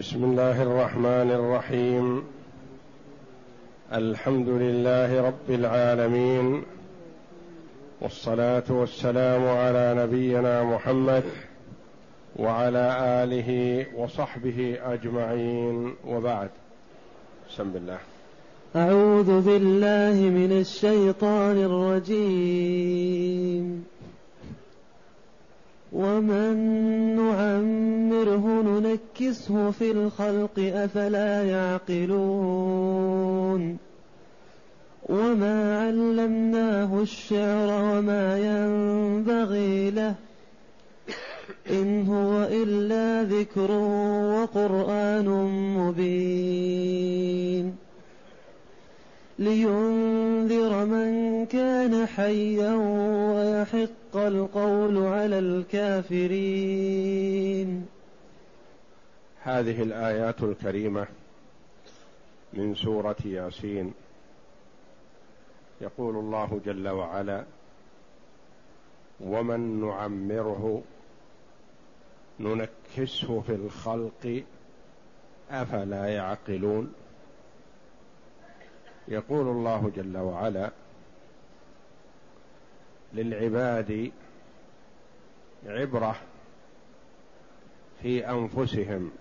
بسم الله الرحمن الرحيم. الحمد لله رب العالمين، والصلاة والسلام على نبينا محمد وعلى آله وصحبه أجمعين، وبعد. بسم الله. أعوذ بالله من الشيطان الرجيم. ومن نعمره ننكسه في الخلق أفلا يعقلون. وما علمناه الشعر وما ينبغي له إن هو إلا ذكر وقرآن مبين لينذر من كان حيا ويحق القول على الكافرين. هذه الآيات الكريمة من سورة ياسين يقول الله جل وعلا: ومن نعمره ننكسه في الخلق أفلا يعقلون. يقول الله جل وعلا للعباد عبرة في أنفسهم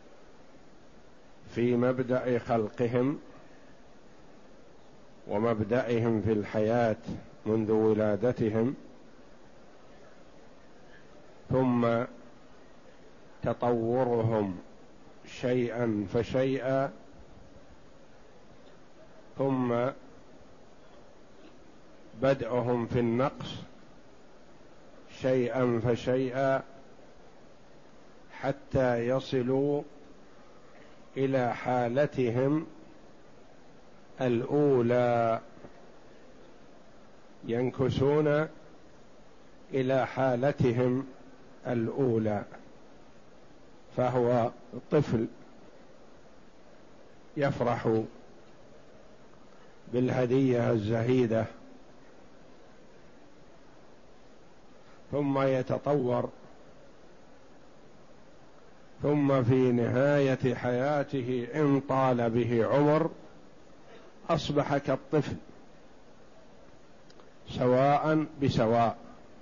في مبدأ خلقهم ومبدأهم في الحياة منذ ولادتهم، ثم تطورهم شيئا فشيئا، ثم بدءهم في النقص شيئا فشيئا، حتى يصلوا إلى حالتهم الأولى، ينكسون إلى حالتهم الأولى. فهو طفل يفرح بالهدية الزهيدة، ثم يتطور، ثم في نهاية حياته إن طال به عمر أصبح كالطفل سواء بسواء.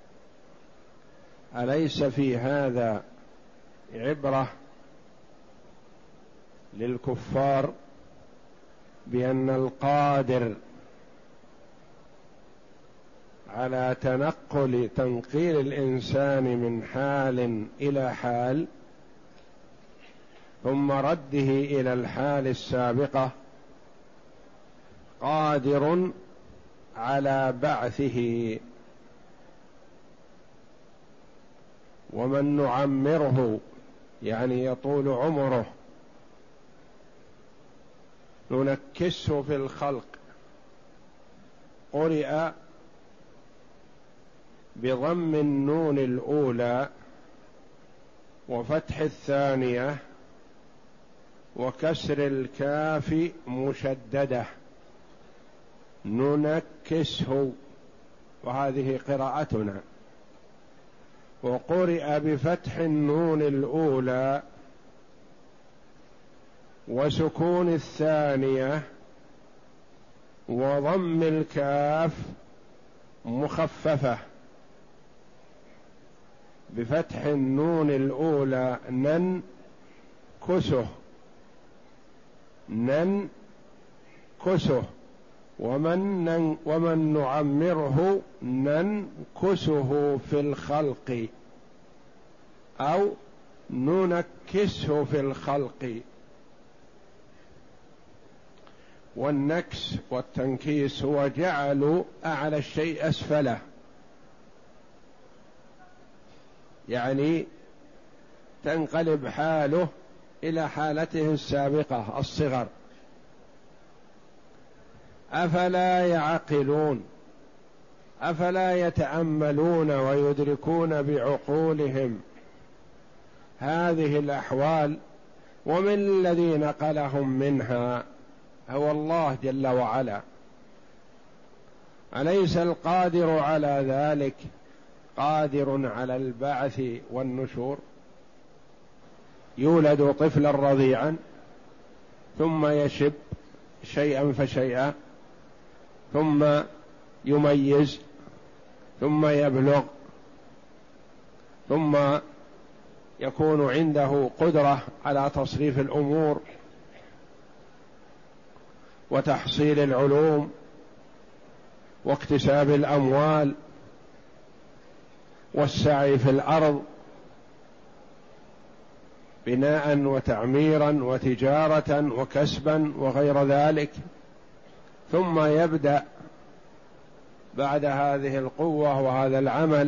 أليس في هذا عبرة للكفار بأن القادر على تنقيل الإنسان من حال إلى حال ثم رده إلى الحال السابقة قادر على بعثه؟ ومن نعمره يعني يطول عمره ننكسه في الخلق. قرئ بضم النون الأولى وفتح الثانية وكسر الكاف مشددة، ننكسه، وهذه قراءتنا. وقرئ بفتح النون الأولى وسكون الثانية وضم الكاف مخففة. بفتح النون الأولى ننكسه، ننكسه. ومن نعمره ننكسه في الخلق أو ننكسه في الخلق. والنكس والتنكيس هو جعل أعلى الشيء أسفله، يعني تنقلب حاله إلى حالته السابقة الصغر. أفلا يعقلون، أفلا يتأملون ويدركون بعقولهم هذه الأحوال؟ ومن الذي نقلهم منها؟ هو الله جل وعلا. أليس القادر على ذلك قادر على البعث والنشور؟ يولد طفلا رضيعا ثم يشب شيئا فشيئا ثم يميز ثم يبلغ ثم يكون عنده قدرة على تصريف الأمور وتحصيل العلوم واكتساب الأموال والسعي في الأرض بناء وتعميرا وتجارة وكسبا وغير ذلك، ثم يبدأ بعد هذه القوة وهذا العمل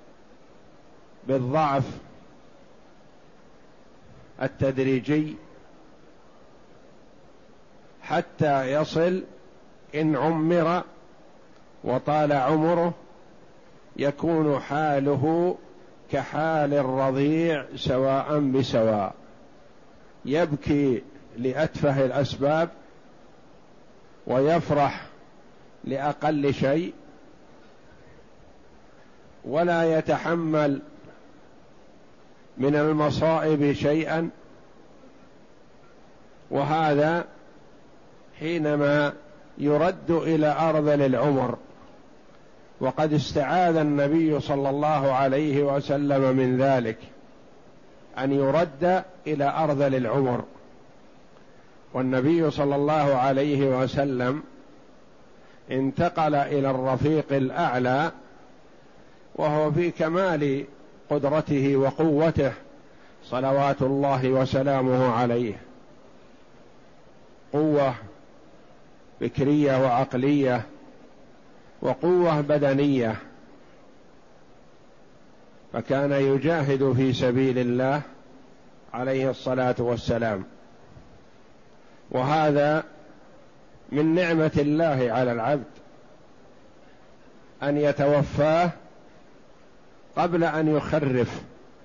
بالضعف التدريجي حتى يصل إن عمر وطال عمره يكون حاله كحال الرضيع سواء بسواء، يبكي لأتفه الأسباب ويفرح لأقل شيء ولا يتحمل من المصائب شيئا، وهذا حينما يرد إلى أرذل العمر. وقد استعاذ النبي صلى الله عليه وسلم من ذلك، أن يرد إلى أرذل العمر. والنبي صلى الله عليه وسلم انتقل إلى الرفيق الأعلى وهو في كمال قدرته وقوته صلوات الله وسلامه عليه، قوة فكرية وعقلية وقوة بدنية، فكان يجاهد في سبيل الله عليه الصلاة والسلام. وهذا من نعمة الله على العبد أن يتوفاه قبل أن يخرف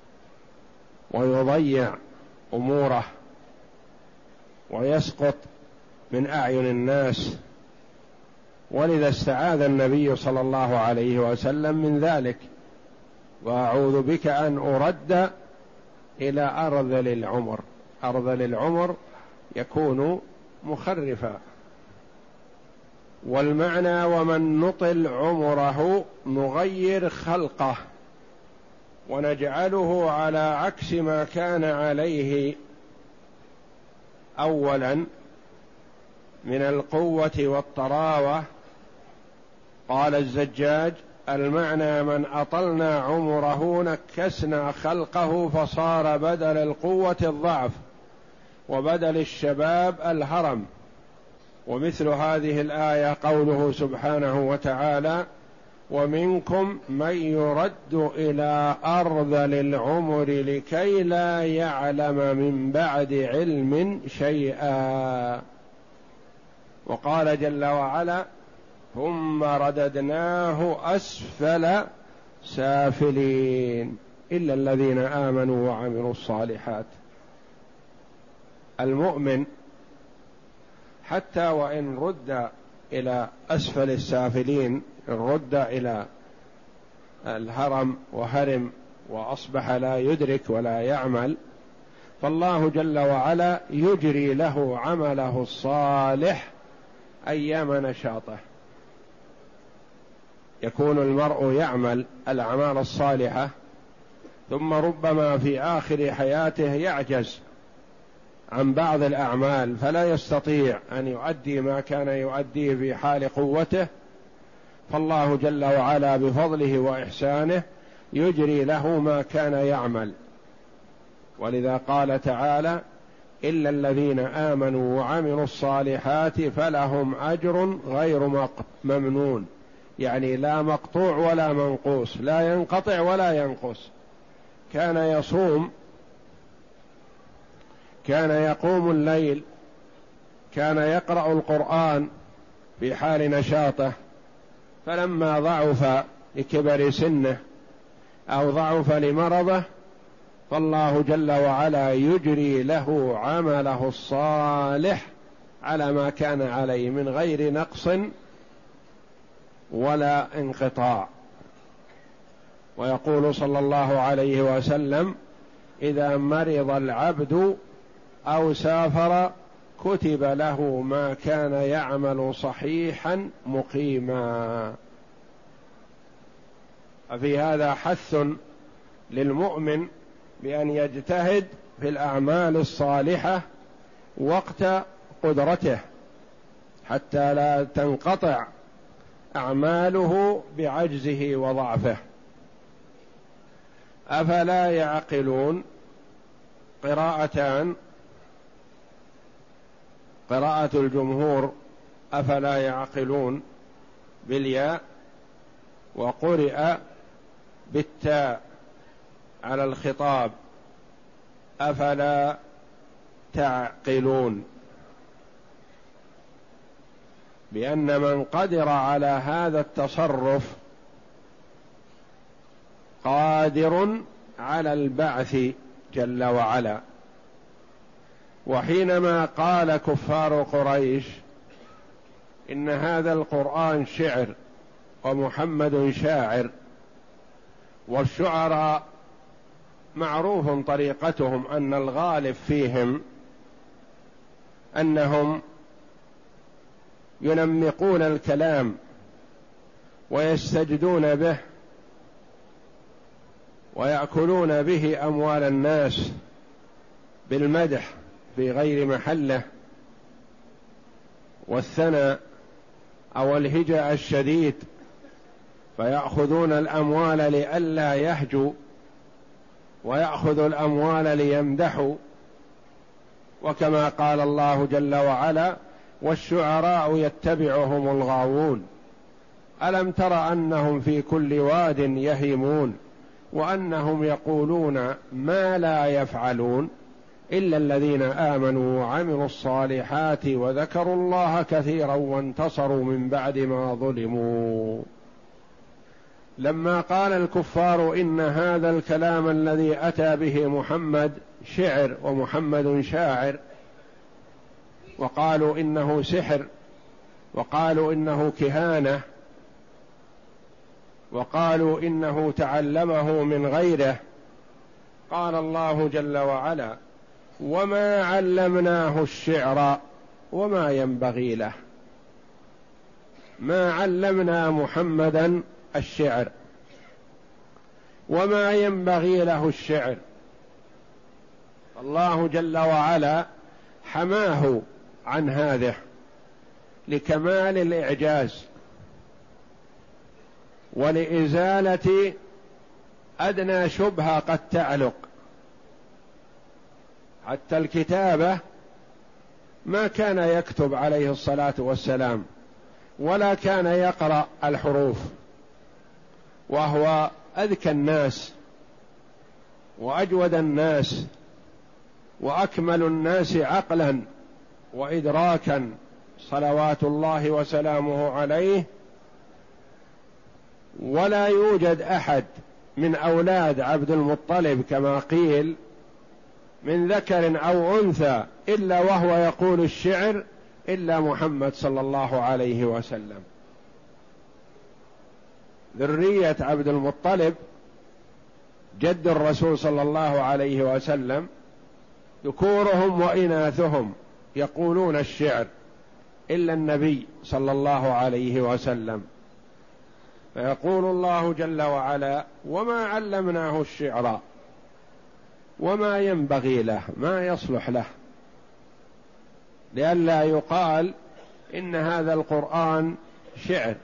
ويضيع أموره ويسقط من أعين الناس. ولذا استعاذ النبي صلى الله عليه وسلم من ذلك: وأعوذ بك أن أرد إلى أرذل العمر. أرذل العمر يكون مخرفا. والمعنى: ومن نطل عمره نغير خلقه ونجعله على عكس ما كان عليه أولا من القوة والطراوة. قال الزجاج: المعنى: من أطلنا عمره نكسنا خلقه فصار بدل القوة الضعف وبدل الشباب الهرم. ومثل هذه الآية قوله سبحانه وتعالى: ومنكم من يرد إلى أرذل العمر لكي لا يعلم من بعد علم شيئا. وقال جل وعلا: ثم رددناه أسفل سافلين إلا الذين آمنوا وعملوا الصالحات. المؤمن حتى وإن رد إلى أسفل السافلين، رد إلى الهرم وهرم وأصبح لا يدرك ولا يعمل، فالله جل وعلا يجري له عمله الصالح أيام نشاطه. يكون المرء يعمل الأعمال الصالحة ثم ربما في آخر حياته يعجز عن بعض الأعمال فلا يستطيع أن يؤدي ما كان يؤديه في حال قوته، فالله جل وعلا بفضله وإحسانه يجري له ما كان يعمل. ولذا قال تعالى: إلا الذين آمنوا وعملوا الصالحات فلهم أجر غير ممنون، يعني لا مقطوع ولا منقوص، لا ينقطع ولا ينقص. كان يصوم، كان يقوم الليل، كان يقرأ القرآن في حال نشاطه، فلما ضعف لكبر سنه أو ضعف لمرضه فالله جل وعلا يجري له عمله الصالح على ما كان عليه من غير نقص ولا انقطاع. ويقول صلى الله عليه وسلم: إذا مرض العبد أو سافر كتب له ما كان يعمل صحيحا مقيما. ففي هذا حث للمؤمن بأن يجتهد في الأعمال الصالحة وقت قدرته حتى لا تنقطع أعماله بعجزه وضعفه. أفلا يعقلون قراءتان: قراءة الجمهور أفلا يعقلون بالياء، وقرئ بالتاء على الخطاب أفلا تعقلون، بأن من قدر على هذا التصرف قادر على البعث جل وعلا. وحينما قال كفار قريش إن هذا القرآن شعر ومحمد شاعر، والشعراء معروف طريقتهم أن الغالب فيهم أنهم ينمقون الكلام ويستجدون به ويأكلون به أموال الناس بالمدح في غير محله والثناء أو الهجاء الشديد، فيأخذون الأموال لئلا يهجوا ويأخذوا الأموال ليمدحوا. وكما قال الله جل وعلا: والشعراء يتبعهم الغاوون ألم تر أنهم في كل واد يهيمون وأنهم يقولون ما لا يفعلون إلا الذين آمنوا وعملوا الصالحات وذكروا الله كثيرا وانتصروا من بعد ما ظلموا. لما قال الكفار إن هذا الكلام الذي أتى به محمد شعر ومحمد شاعر، وقالوا إنه سحر، وقالوا إنه كهانة، وقالوا إنه تعلمه من غيره، قال الله جل وعلا: وما علمناه الشعر وما ينبغي له. ما علمنا محمدا الشعر وما ينبغي له الشعر. الله جل وعلا حماه عن هذا لكمال الإعجاز ولإزالة أدنى شبهة قد تعلق. حتى الكتابة ما كان يكتب عليه الصلاة والسلام ولا كان يقرأ الحروف، وهو أذكى الناس وأجود الناس وأكمل الناس عقلا وإدراكا صلوات الله وسلامه عليه. ولا يوجد أحد من أولاد عبد المطلب كما قيل من ذكر أو أنثى إلا وهو يقول الشعر إلا محمد صلى الله عليه وسلم. ذرية عبد المطلب جد الرسول صلى الله عليه وسلم ذكورهم وإناثهم يقولون الشعر إلا النبي صلى الله عليه وسلم. فيقول الله جل وعلا: وما علمناه الشعر وما ينبغي له، ما يصلح له، لئلا يقال إن هذا القرآن شعر.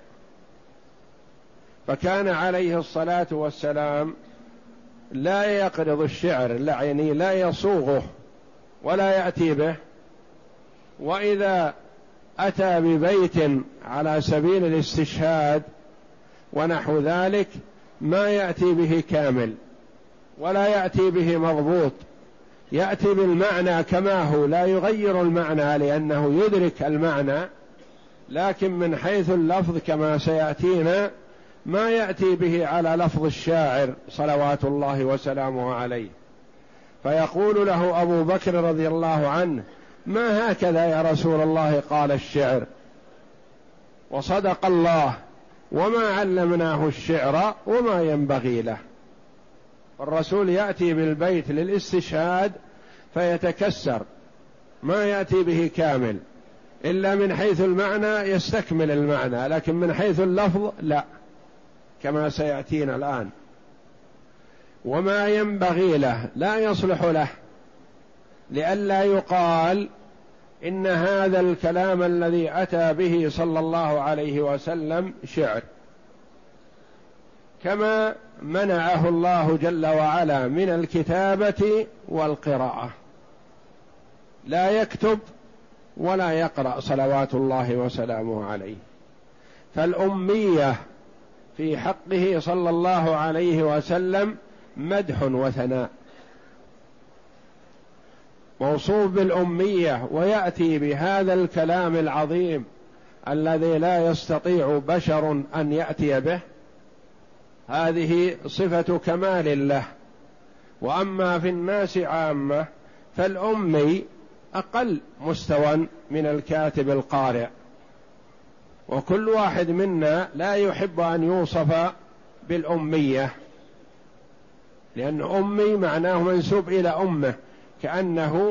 فكان عليه الصلاة والسلام لا يقرض الشعر، يعني لا يصوغه ولا يأتي به، وإذا أتى ببيت على سبيل الاستشهاد ونحو ذلك ما يأتي به كامل ولا يأتي به مضبوط، يأتي بالمعنى كما هو، لا يغير المعنى لأنه يدرك المعنى، لكن من حيث اللفظ كما سيأتينا ما يأتي به على لفظ الشاعر صلوات الله وسلامه عليه. فيقول له أبو بكر رضي الله عنه: ما هكذا يا رسول الله قال الشعر؟ وصدق الله: وما علمناه الشعر وما ينبغي له. الرسول يأتي بالبيت للاستشهاد فيتكسر، ما يأتي به كامل، إلا من حيث المعنى يستكمل المعنى، لكن من حيث اللفظ لا، كما سيأتينا الآن. وما ينبغي له لا يصلح له، لئلا يقال إن هذا الكلام الذي أتى به صلى الله عليه وسلم شعر، كما منعه الله جل وعلا من الكتابة والقراءة، لا يكتب ولا يقرأ صلوات الله وسلامه عليه. فالأمية في حقه صلى الله عليه وسلم مدح وثناء، موصوف بالأمية ويأتي بهذا الكلام العظيم الذي لا يستطيع بشر أن يأتي به، هذه صفة كمال له. وأما في الناس عامة فالأمي أقل مستوى من الكاتب القارئ، وكل واحد منا لا يحب أن يوصف بالأمية، لأن أمي معناه منسوب إلى أمه، كأنه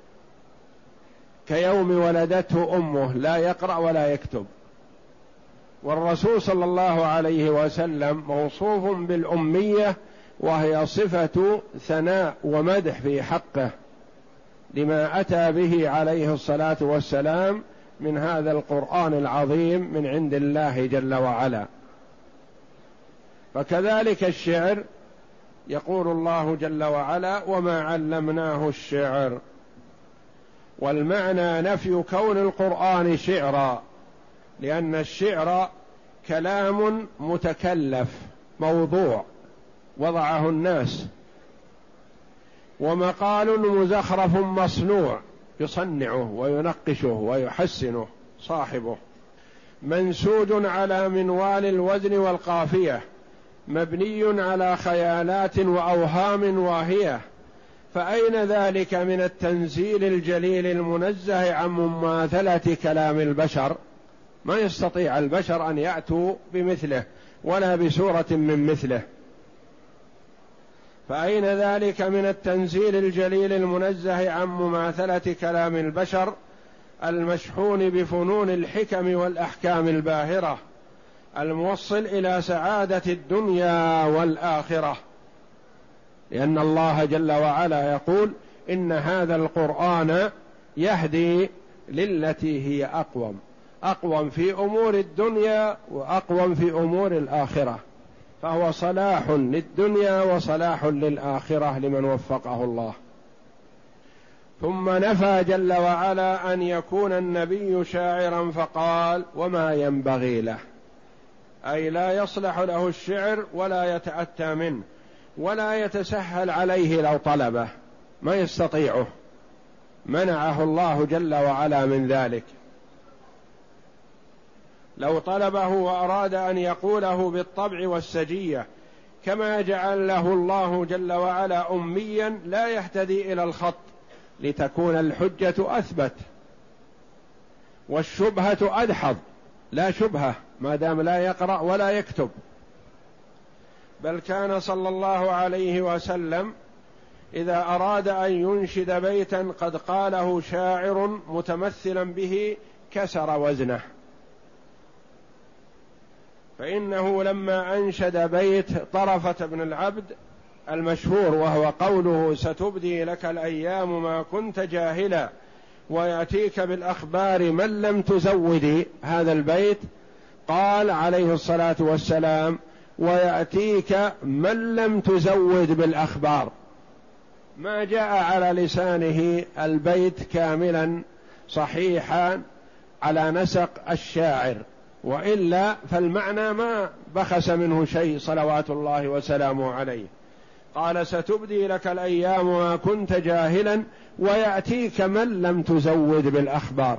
كيوم ولدته أمه لا يقرأ ولا يكتب. والرسول صلى الله عليه وسلم موصوف بالأمية، وهي صفة ثناء ومدح في حقه لما أتى به عليه الصلاة والسلام من هذا القرآن العظيم من عند الله جل وعلا. فكذلك الشعر، يقول الله جل وعلا: وما علمناه الشعر. والمعنى نفي كون القرآن شعرا، لأن الشعر كلام متكلف موضوع وضعه الناس، ومقال مزخرف مصنوع يصنعه وينقشه ويحسنه صاحبه، منسوج على منوال الوزن والقافية، مبني على خيالات وأوهام واهية. فأين ذلك من التنزيل الجليل المنزه عن مماثلة كلام البشر؟ ما يستطيع البشر أن يأتوا بمثله ولا بسورة من مثله. فأين ذلك من التنزيل الجليل المنزه عن مماثلة كلام البشر المشحون بفنون الحكم والأحكام الباهرة الموصل إلى سعادة الدنيا والآخرة؟ لأن الله جل وعلا يقول: إن هذا القرآن يهدي للتي هي أقوم، أقوم في أمور الدنيا وأقوم في أمور الآخرة، فهو صلاح للدنيا وصلاح للآخرة لمن وفقه الله. ثم نفى جل وعلا أن يكون النبي شاعرا فقال: وما ينبغي له، أي لا يصلح له الشعر ولا يتأتى منه ولا يتسهل عليه لو طلبه، ما يستطيعه، منعه الله جل وعلا من ذلك. لو طلبه وأراد أن يقوله بالطبع والسجية، كما جعل له الله جل وعلا أميا لا يهتدي إلى الخط، لتكون الحجة أثبت والشبهة أدحض، لا شبهة ما دام لا يقرأ ولا يكتب. بل كان صلى الله عليه وسلم إذا أراد أن ينشد بيتا قد قاله شاعر متمثلا به كسر وزنه. فإنه لما أنشد بيت طرفة بن العبد المشهور، وهو قوله: ستبدي لك الأيام ما كنت جاهلا ويأتيك بالأخبار من لم تزودي، هذا البيت قال عليه الصلاة والسلام: ويأتيك من لم تزود بالأخبار. ما جاء على لسانه البيت كاملا صحيحا على نسق الشاعر، وإلا فالمعنى ما بخس منه شيء صلوات الله وسلامه عليه. قال: ستبدي لك الأيام ما كنت جاهلا ويأتيك من لم تزود بالأخبار.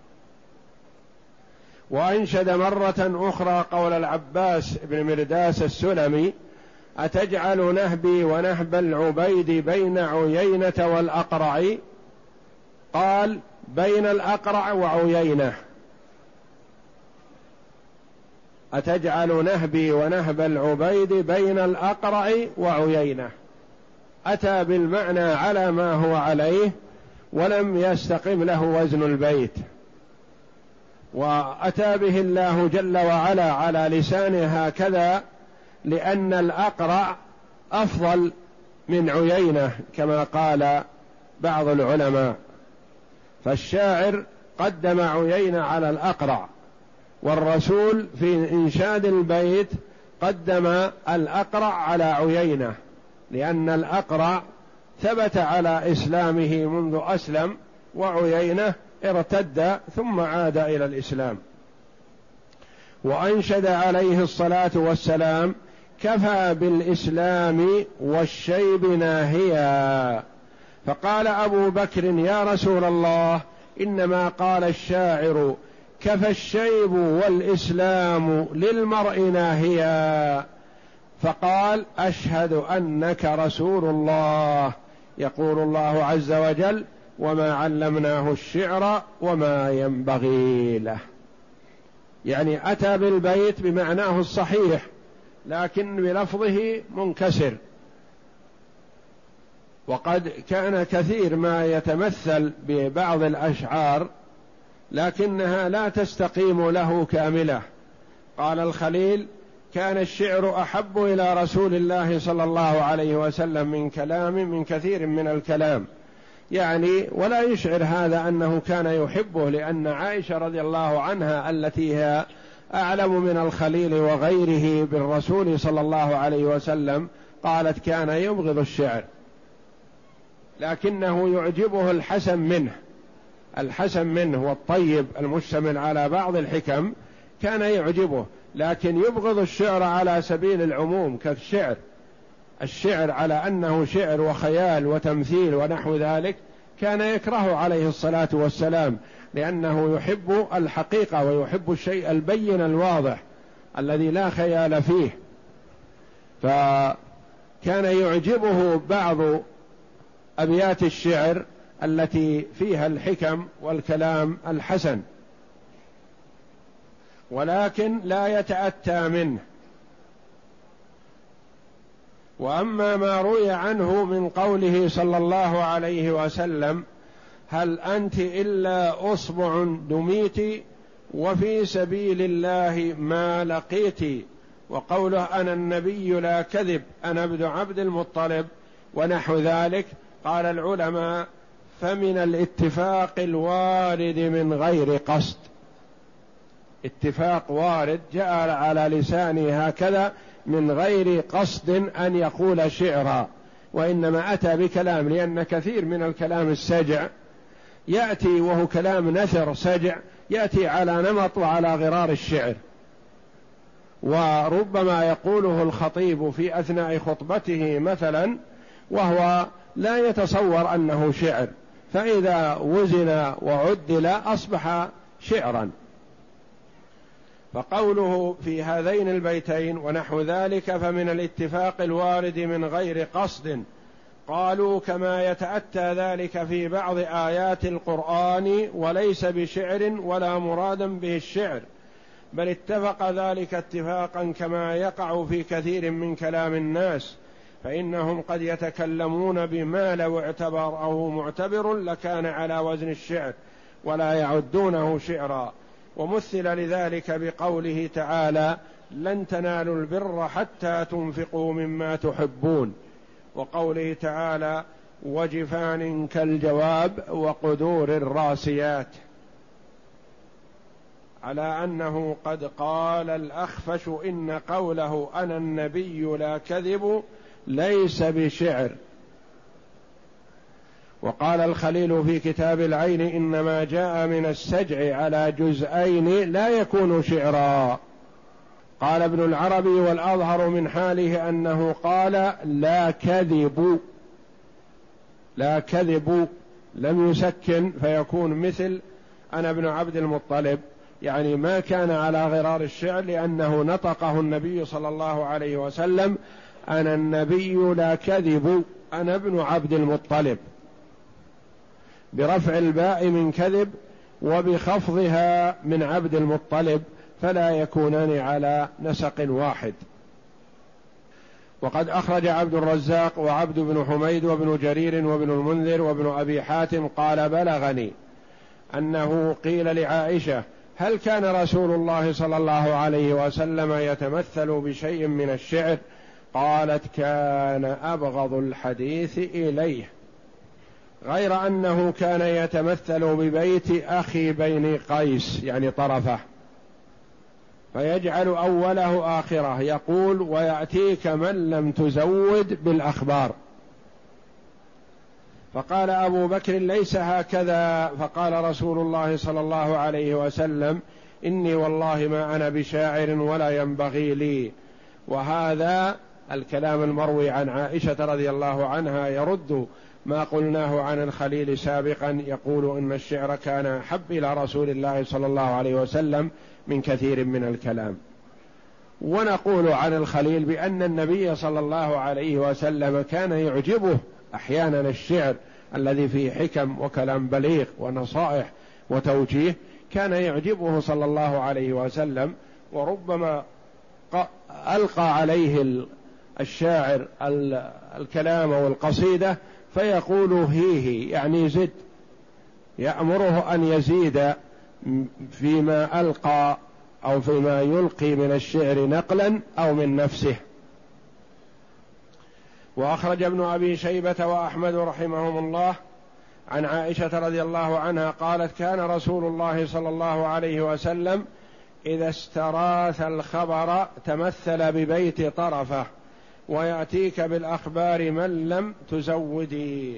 وأنشد مرة أخرى قول العباس بن مرداس السلمي: أتجعل نهبي ونهب العبيد بين عيينة والأقرع؟ قال: بين الأقرع وعيينة. أتجعل نهبي ونهب العبيد بين الأقرع وعيينة، أتى بالمعنى على ما هو عليه ولم يستقم له وزن البيت، وأتى به الله جل وعلا على لسانه هكذا لأن الأقرع أفضل من عيينة كما قال بعض العلماء، فالشاعر قدم عيينة على الأقرع، والرسول في إنشاد البيت قدم الأقرع على عيينة، لأن الأقرع ثبت على إسلامه منذ أسلم، وعيينة ارتد ثم عاد إلى الإسلام. وأنشد عليه الصلاة والسلام: كفى بالإسلام والشيب ناهيا. فقال أبو بكر: يا رسول الله، إنما قال الشاعر كفى الشيب والإسلام للمرء ناهيا. فقال: أشهد أنك رسول الله. يقول الله عز وجل: وما علمناه الشعر وما ينبغي له. يعني أتى بالبيت بمعناه الصحيح لكن بلفظه منكسر، وقد كان كثير ما يتمثل ببعض الأشعار لكنها لا تستقيم له كاملة. قال الخليل: كان الشعر أحب إلى رسول الله صلى الله عليه وسلم من كثير من الكلام، يعني ولا يشعر هذا أنه كان يحبه، لأن عائشة رضي الله عنها التي هي أعلم من الخليل وغيره بالرسول صلى الله عليه وسلم قالت كان يبغض الشعر، لكنه يعجبه الحسن منه والطيب المشتمل على بعض الحكم كان يعجبه، لكن يبغض الشعر على سبيل العموم الشعر على أنه شعر وخيال وتمثيل ونحو ذلك كان يكرهه عليه الصلاة والسلام، لأنه يحب الحقيقة ويحب الشيء البين الواضح الذي لا خيال فيه. فكان يعجبه بعض أبيات الشعر التي فيها الحكم والكلام الحسن، ولكن لا يتأتى منه. وأما ما روي عنه من قوله صلى الله عليه وسلم: هل أنت إلا أصبع دميت وفي سبيل الله ما لقيت، وقوله أنا النبي لا كذب أنا ابن عبد المطلب ونحو ذلك، قال العلماء: فمن الاتفاق الوارد من غير قصد. اتفاق وارد جاء على لسانه هكذا من غير قصد أن يقول شعرا، وإنما أتى بكلام، لأن كثير من الكلام السجع يأتي وهو كلام نثر سجع، يأتي على نمط وعلى غرار الشعر، وربما يقوله الخطيب في أثناء خطبته مثلا وهو لا يتصور أنه شعر، فإذا وزن وعدل أصبح شعرا. فقوله في هذين البيتين ونحو ذلك فمن الاتفاق الوارد من غير قصد، قالوا كما يتأتى ذلك في بعض آيات القرآن وليس بشعر ولا مرادا به الشعر، بل اتفق ذلك اتفاقا كما يقع في كثير من كلام الناس، فإنهم قد يتكلمون بما لو اعتبره معتبر لكان على وزن الشعر ولا يعدونه شعرا. ومثل لذلك بقوله تعالى: لن تنالوا البر حتى تنفقوا مما تحبون، وقوله تعالى: وجفان كالجواب وقدور الراسيات، على أنه قد قال الأخفش إن قوله أنا النبي لا كذب ليس بشعر. وقال الخليل في كتاب العين: إنما جاء من السجع على جزئين لا يكون شعرا. قال ابن العربي: والأظهر من حاله أنه قال لا كذب لم يسكن فيكون مثل أنا ابن عبد المطلب، يعني ما كان على غرار الشعر، لأنه نطقه النبي صلى الله عليه وسلم: أنا النبي لا كذب أنا ابن عبد المطلب، برفع الباء من كذب وبخفضها من عبد المطلب، فلا يكونان على نسق واحد. وقد أخرج عبد الرزاق وعبد بن حميد وابن جرير وابن المنذر وابن أبي حاتم قال بلغني أنه قيل لعائشة هل كان رسول الله صلى الله عليه وسلم يتمثل بشيء من الشعر؟ قالت كان أبغض الحديث إليه، غير أنه كان يتمثل ببيت أخي بني قيس يعني طرفه، فيجعل أوله آخره، يقول ويأتيك من لم تزود بالأخبار. فقال أبو بكر ليس هكذا، فقال رسول الله صلى الله عليه وسلم إني والله ما أنا بشاعر ولا ينبغي لي. وهذا الكلام المروي عن عائشة رضي الله عنها يرد ما قلناه عن الخليل سابقا، يقول إن الشعر كان أحب إلى رسول الله صلى الله عليه وسلم من كثير من الكلام. ونقول عن الخليل بأن النبي صلى الله عليه وسلم كان يعجبه أحيانا الشعر الذي فيه حكم وكلام بليغ ونصائح وتوجيه، كان يعجبه صلى الله عليه وسلم، وربما ألقى عليه الشاعر الكلام والقصيدة فيقول هيه يعني زد، يأمره أن يزيد فيما ألقى أو فيما يلقي من الشعر نقلا أو من نفسه. وأخرج ابن أبي شيبة وأحمد رحمهم الله عن عائشة رضي الله عنها قالت كان رسول الله صلى الله عليه وسلم إذا استراث الخبر تمثل ببيت طرفه ويأتيك بالأخبار من لم تزودي.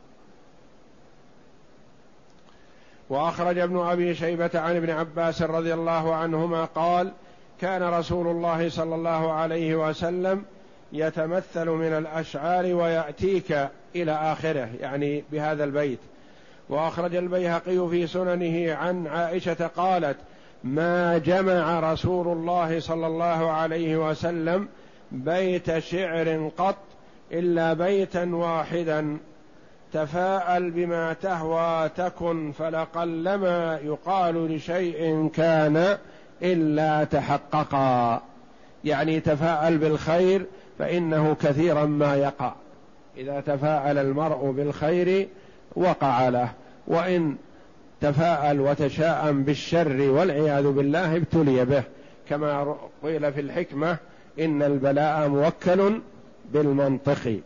وأخرج ابن أبي شيبة عن ابن عباس رضي الله عنهما قال كان رسول الله صلى الله عليه وسلم يتمثل من الأشعار ويأتيك إلى آخره يعني بهذا البيت. وأخرج البيهقي في سننه عن عائشة قالت ما جمع رسول الله صلى الله عليه وسلم بيت شعر قط إلا بيتا واحدا تفاءل بما تهوى تكن فلقلما يقال لشيء كان إلا تحققا، يعني تفاءل بالخير فإنه كثيرا ما يقع، إذا تفاءل المرء بالخير وقع له، وإن تفاءل وتشاءم بالشر والعياذ بالله ابتلي به، كما قيل في الحكمة إن البلاء موكل بالمنطق.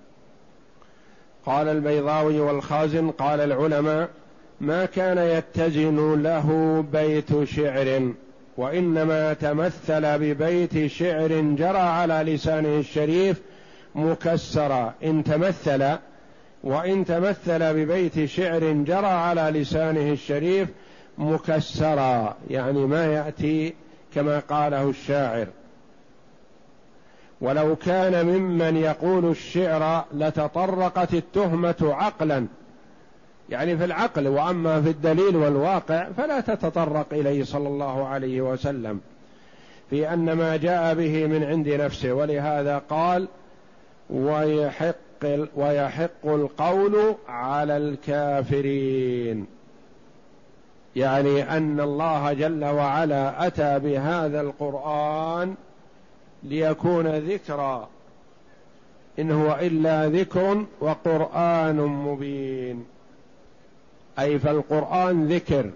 قال البيضاوي والخازن قال العلماء ما كان يتزن له بيت شعر، وإنما تمثل ببيت شعر جرى على لسانه الشريف مكسرا، وإن تمثل ببيت شعر جرى على لسانه الشريف مكسرا، يعني ما يأتي كما قاله الشاعر. ولو كان ممن يقول الشعر لتطرقت التهمة عقلا، يعني في العقل، وأما في الدليل والواقع فلا تتطرق إليه صلى الله عليه وسلم في أن ما جاء به من عند نفسه. ولهذا قال ويحق القول على الكافرين، يعني أن الله جل وعلا أتى بهذا القرآن ليكون ذكرى، إن هو إلا ذكر وقرآن مبين، أي فالقرآن ذكر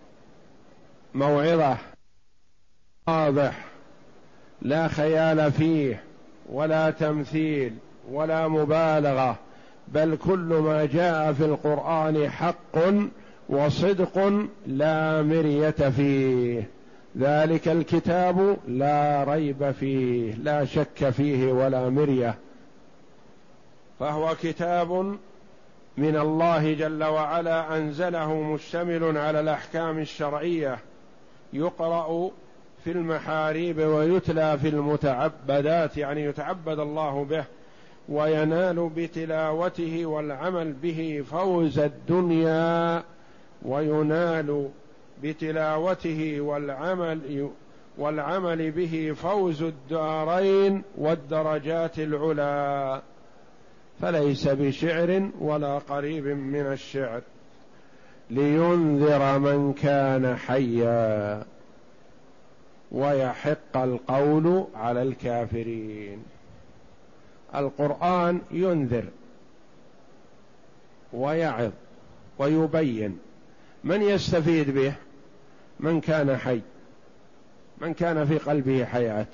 موعظة واضح لا خيال فيه ولا تمثيل ولا مبالغة، بل كل ما جاء في القرآن حق وصدق لا مرية فيه، ذلك الكتاب لا ريب فيه لا شك فيه ولا مرية، فهو كتاب من الله جل وعلا أنزله مشتمل على الأحكام الشرعية، يقرأ في المحاريب ويتلى في المتعبدات، يعني يتعبد الله به وينال بتلاوته والعمل به فوز الدنيا، وينال بتلاوته والعمل به فوز الدارين والدرجات العلى، فليس بشعر ولا قريب من الشعر، لينذر من كان حيا ويحق القول على الكافرين. القرآن ينذر ويعظ ويبين. من يستفيد به؟ من كان حي، من كان في قلبه حياة.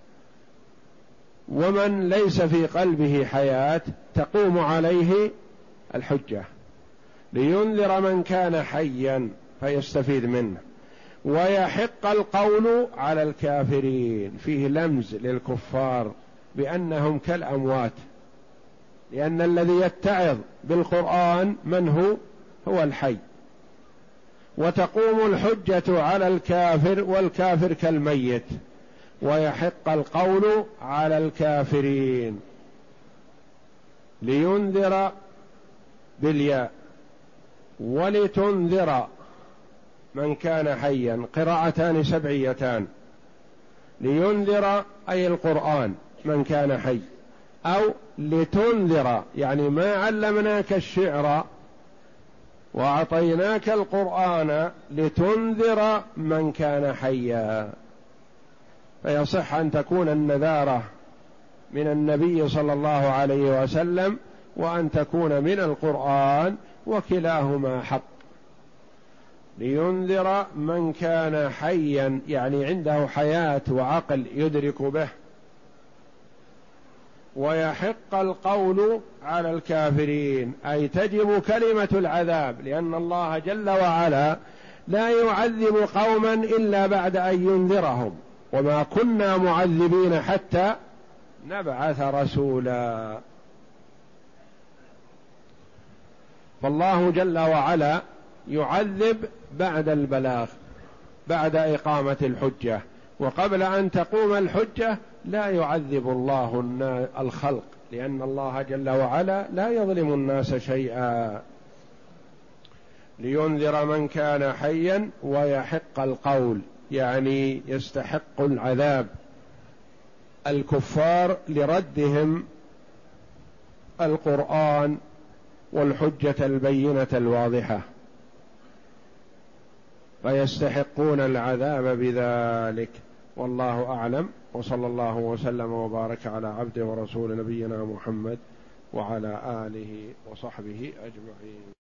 ومن ليس في قلبه حياة تقوم عليه الحجة، لينذر من كان حيا فيستفيد منه، ويحق القول على الكافرين. فيه لمز للكفار بأنهم كالأموات، لأن الذي يتعظ بالقرآن من هو؟ هو الحي. وتقوم الحجة على الكافر والكافر كالميت، ويحق القول على الكافرين. لينذر بالياء، ولتنذر من كان حيا، قراءتان سبعيتان. لينذر أي القرآن من كان حي، أو لتنذر يعني ما علمناك الشعر وأعطيناك القرآن لتنذر من كان حيا. فيصح أن تكون النذارة من النبي صلى الله عليه وسلم، وأن تكون من القرآن، وكلاهما حق. لينذر من كان حيا يعني عنده حياة وعقل يدرك به. ويحق القول على الكافرين أي تجب كلمة العذاب، لأن الله جل وعلا لا يعذب قوما إلا بعد أن ينذرهم، وما كنا معذبين حتى نبعث رسولا. فالله جل وعلا يعذب بعد البلاغ، بعد إقامة الحجة، وقبل أن تقوم الحجة لا يعذب الله الخلق، لأن الله جل وعلا لا يظلم الناس شيئا. لينذر من كان حيا ويحق القول يعني يستحق العذاب الكفار لردهم القرآن والحجة البينة الواضحة، فيستحقون العذاب بذلك. والله أعلم، وصلى الله وسلم وبارك على عبده ورسول نبينا محمد وعلى آله وصحبه أجمعين.